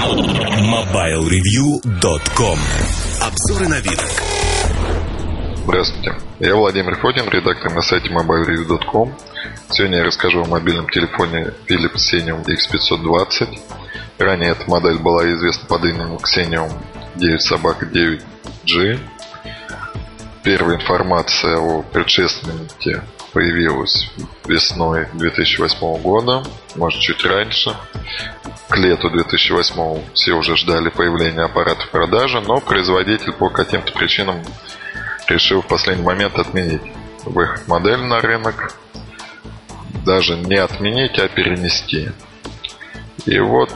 MobileReview.com. Обзоры новинок. Здравствуйте, я Владимир Фотин, редактор на сайте MobileReview.com. Сегодня я расскажу о мобильном телефоне Philips Xenium X520. Ранее эта модель была известна под именем Xenium 9-9G. Первая информация о предшественнике появилась весной 2008 года, может чуть раньше. К лету 2008 все уже ждали появления аппарата в продаже, но производитель по каким-то причинам решил в последний момент отменить выход модели на рынок. Даже не отменить, а перенести. И вот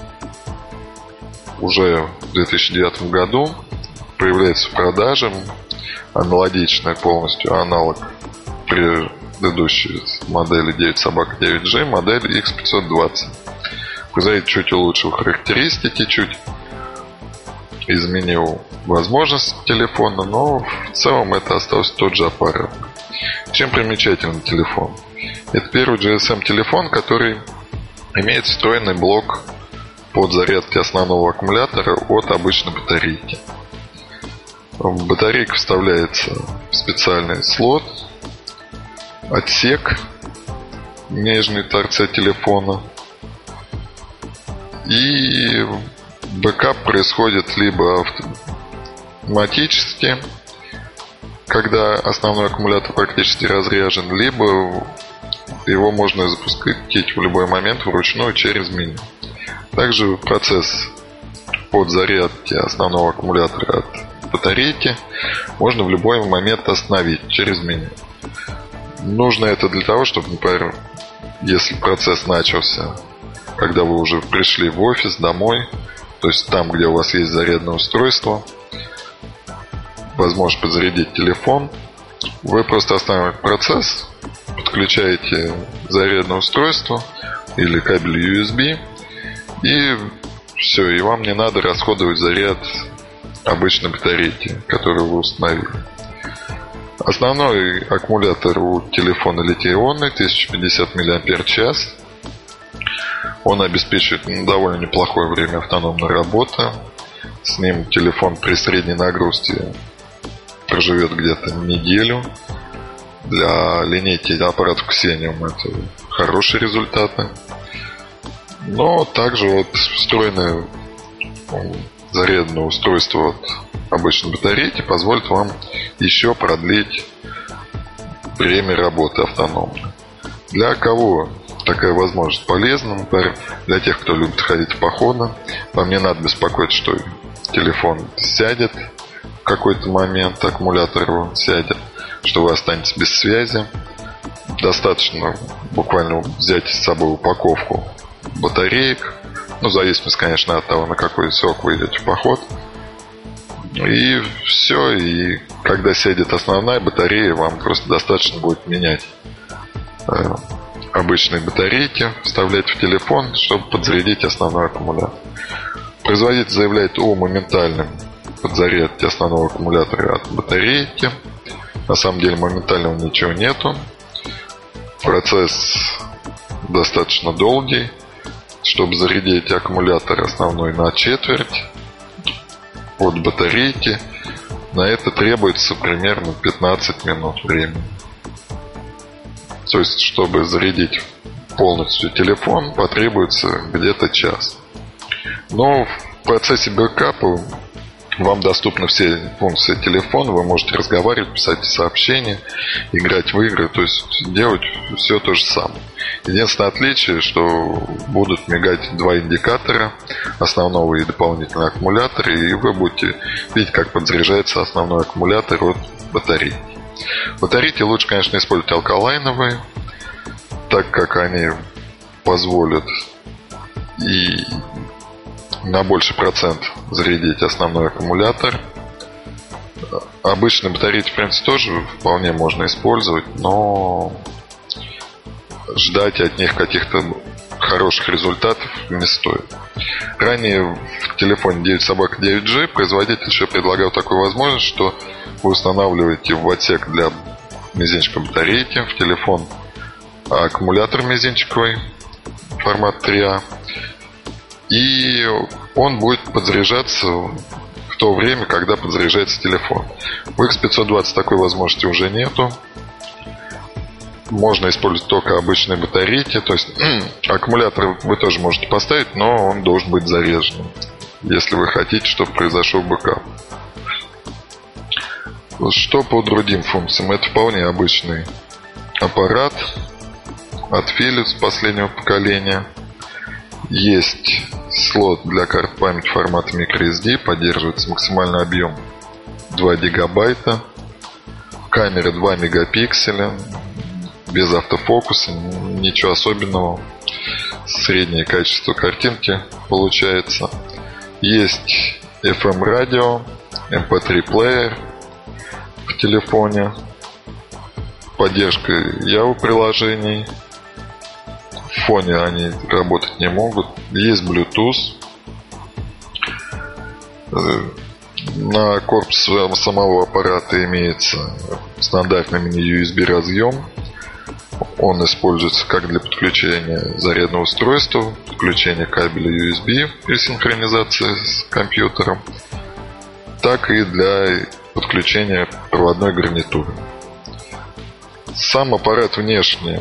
уже в 2009 году появляется в продаже аналогичный полностью аналог предыдущей модели 9-9G, модель X520. Производитель чуть улучшил характеристики, чуть изменил возможности телефона, но в целом это остался тот же аппарат. Чем примечателен телефон? Это первый GSM-телефон, который имеет встроенный блок под зарядки основного аккумулятора от обычной батарейки. Батарейка вставляется в специальный слот, отсек в нижней торце телефона, и бэкап происходит либо автоматически, когда основной аккумулятор практически разряжен, либо его можно запускать в любой момент вручную через меню. Также процесс подзарядки основного аккумулятора от батарейки можно в любой момент остановить через меню. Нужно это для того, чтобы, например, если процесс начался, когда вы уже пришли в офис, домой, то есть там, где у вас есть зарядное устройство, возможно подзарядить телефон, вы просто останавливаете процесс, подключаете зарядное устройство или кабель USB, и все, и вам не надо расходовать заряд обычной батарейки, которую вы установили. Основной аккумулятор у телефона литий-ионный, 1050 мАч. Он обеспечивает довольно неплохое время автономной работы. С ним телефон при средней нагрузке проживет где-то неделю. Для линейки аппаратов Xenium это хорошие результаты. Но также вот встроенное зарядное устройство от обычной батарейки позволит вам еще продлить время работы автономно. Для кого такая возможность полезна? Например, для тех, кто любит ходить в походы. Вам не надо беспокоиться, что телефон сядет в какой-то момент, аккумулятор его сядет, что вы останетесь без связи. Достаточно буквально взять с собой упаковку батареек, в зависимости, конечно, от того, на какой срок вы идете в поход. И все, и когда сядет основная батарея, вам просто достаточно будет менять обычные батарейки, вставлять в телефон, чтобы подзарядить основной аккумулятор. Производитель заявляет о моментальном подзарядке основного аккумулятора от батарейки. На самом деле моментального ничего нету. Процесс достаточно долгий. Чтобы зарядить аккумулятор основной на четверть от батарейки, на это требуется примерно 15 минут времени. То есть, чтобы зарядить полностью телефон, потребуется где-то час. Но в процессе бэкапа вам доступны все функции телефона. Вы можете разговаривать, писать сообщения, играть в игры, то есть делать все то же самое. Единственное отличие, что будут мигать два индикатора, основного и дополнительного аккумулятора, и вы будете видеть, как подзаряжается основной аккумулятор от батарейки. Батарейки лучше, конечно, использовать алкалайновые, так как они позволят и на больший процент зарядить основной аккумулятор. Обычные батарейки, в принципе, тоже вполне можно использовать, но ждать от них каких-то хороших результатов не стоит. Ранее в телефоне 9-9G производитель еще предлагал такую возможность, что вы устанавливаете в отсек для мизинчика батарейки в телефон аккумулятор мизинчиковый формат 3А и он будет подзаряжаться в то время, когда подзаряжается телефон. В X520 такой возможности уже нету. Можно использовать только обычные батарейки. То есть аккумулятор вы тоже можете поставить, но он должен быть заряженным, если вы хотите, чтобы произошел бэкап. Что по другим функциям? Это вполне обычный аппарат от Philips последнего поколения. Есть слот для карт памяти формата microSD, поддерживается максимальный объем 2 гигабайта, камера 2 мегапикселя, без автофокуса, ничего особенного, среднее качество картинки получается. Есть FM радио, MP3 плеер в телефоне, поддержка Java приложений. В фоне они работать не могут. Есть Bluetooth. На корпусе самого аппарата имеется стандартный мини-USB разъем. Он используется как для подключения зарядного устройства, подключения кабеля USB при синхронизации с компьютером, так и для подключения проводной гарнитуры. Сам аппарат внешне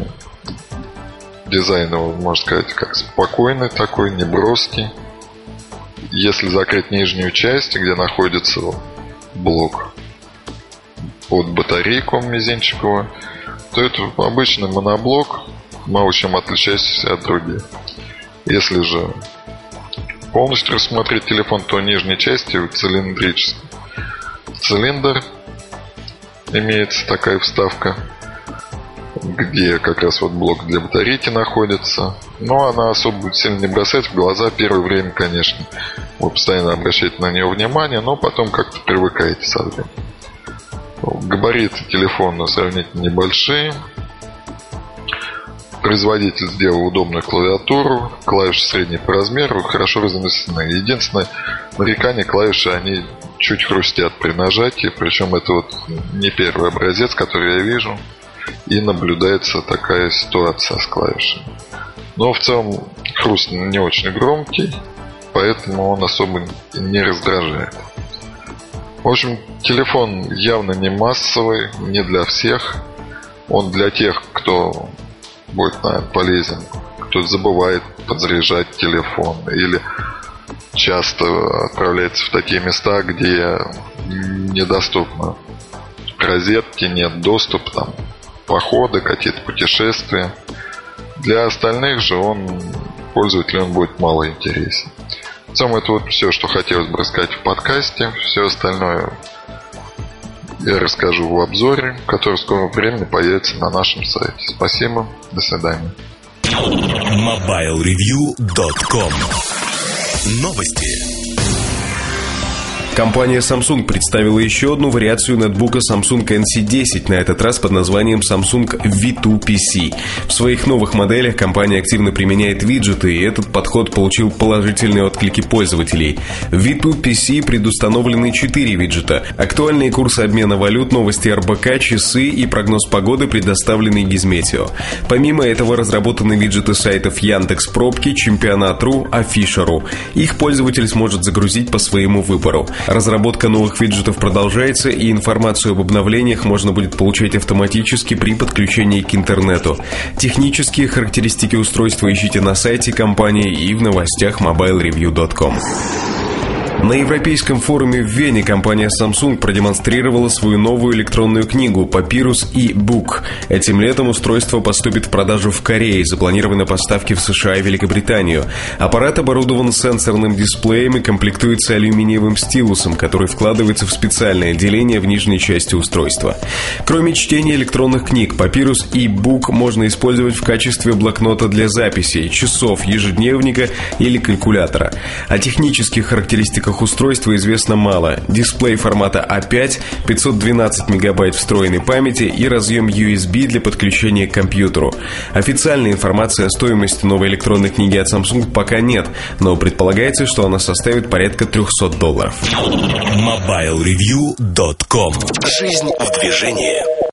дизайн его, можно сказать, как спокойный такой, неброский. Если закрыть нижнюю часть, где находится блок под батарейку мизинчиковую, то это обычный моноблок, мало чем отличающийся от других. Если же полностью рассмотреть телефон, то в нижней части цилиндрический цилиндр имеется такая вставка, где как раз вот блок для батарейки находится. Но она особо сильно не бросается в глаза. Первое время, конечно, вы постоянно обращаете на нее внимание, но потом как-то привыкаете со временем. Габариты телефона сравнительно небольшие. Производитель сделал удобную клавиатуру, клавиши средние по размеру, хорошо размещены. Единственное нарекание, клавиши, они чуть хрустят при нажатии, причем это вот не первый образец, который я вижу, и наблюдается такая ситуация с клавишами. Но в целом хруст не очень громкий, поэтому он особо не раздражает. В общем, телефон явно не массовый, не для всех. Он для тех, кто будет, наверное, полезен, кто забывает подзаряжать телефон или часто отправляется в такие места, где недоступно розетки, нет доступа, там, походы, какие-то путешествия. Для остальных же пользователю он будет мало интересен. В целом, это вот все, что хотелось бы рассказать в подкасте. Все остальное я расскажу в обзоре, который в скором времени появится на нашем сайте. Спасибо, до свидания. MobileReview.com. Новости. Компания Samsung представила еще одну вариацию ноутбука Samsung NC10, на этот раз под названием Samsung V2 PC. В своих новых моделях компания активно применяет виджеты, и этот подход получил положительные отклики пользователей. В V2 PC предустановлены 4 виджета: актуальные курсы обмена валют, новости РБК, часы и прогноз погоды, предоставленный Gizmeteo. Помимо этого разработаны виджеты сайтов Яндекс.Пробки, Чемпионат.ру, Афиша.ру. Их пользователь сможет загрузить по своему выбору. Разработка новых виджетов продолжается, и информацию об обновлениях можно будет получать автоматически при подключении к интернету. Технические характеристики устройства ищите на сайте компании и в новостях MobileReview.com. На Европейском форуме в Вене компания Samsung продемонстрировала свою новую электронную книгу Papyrus e-Book. Этим летом устройство поступит в продажу в Корее, запланированы поставки в США и Великобританию. Аппарат оборудован сенсорным дисплеем и комплектуется алюминиевым стилусом, который вкладывается в специальное отделение в нижней части устройства. Кроме чтения электронных книг, Papyrus e-Book можно использовать в качестве блокнота для записей, часов, ежедневника или калькулятора. О технических характеристиках устройства известно мало. Дисплей формата А5, 512 мегабайт встроенной памяти и разъем USB для подключения к компьютеру. Официальной информации о стоимости новой электронной книги от Samsung пока нет, но предполагается, что она составит порядка $300. MobileReview.com. Жизнь в движении.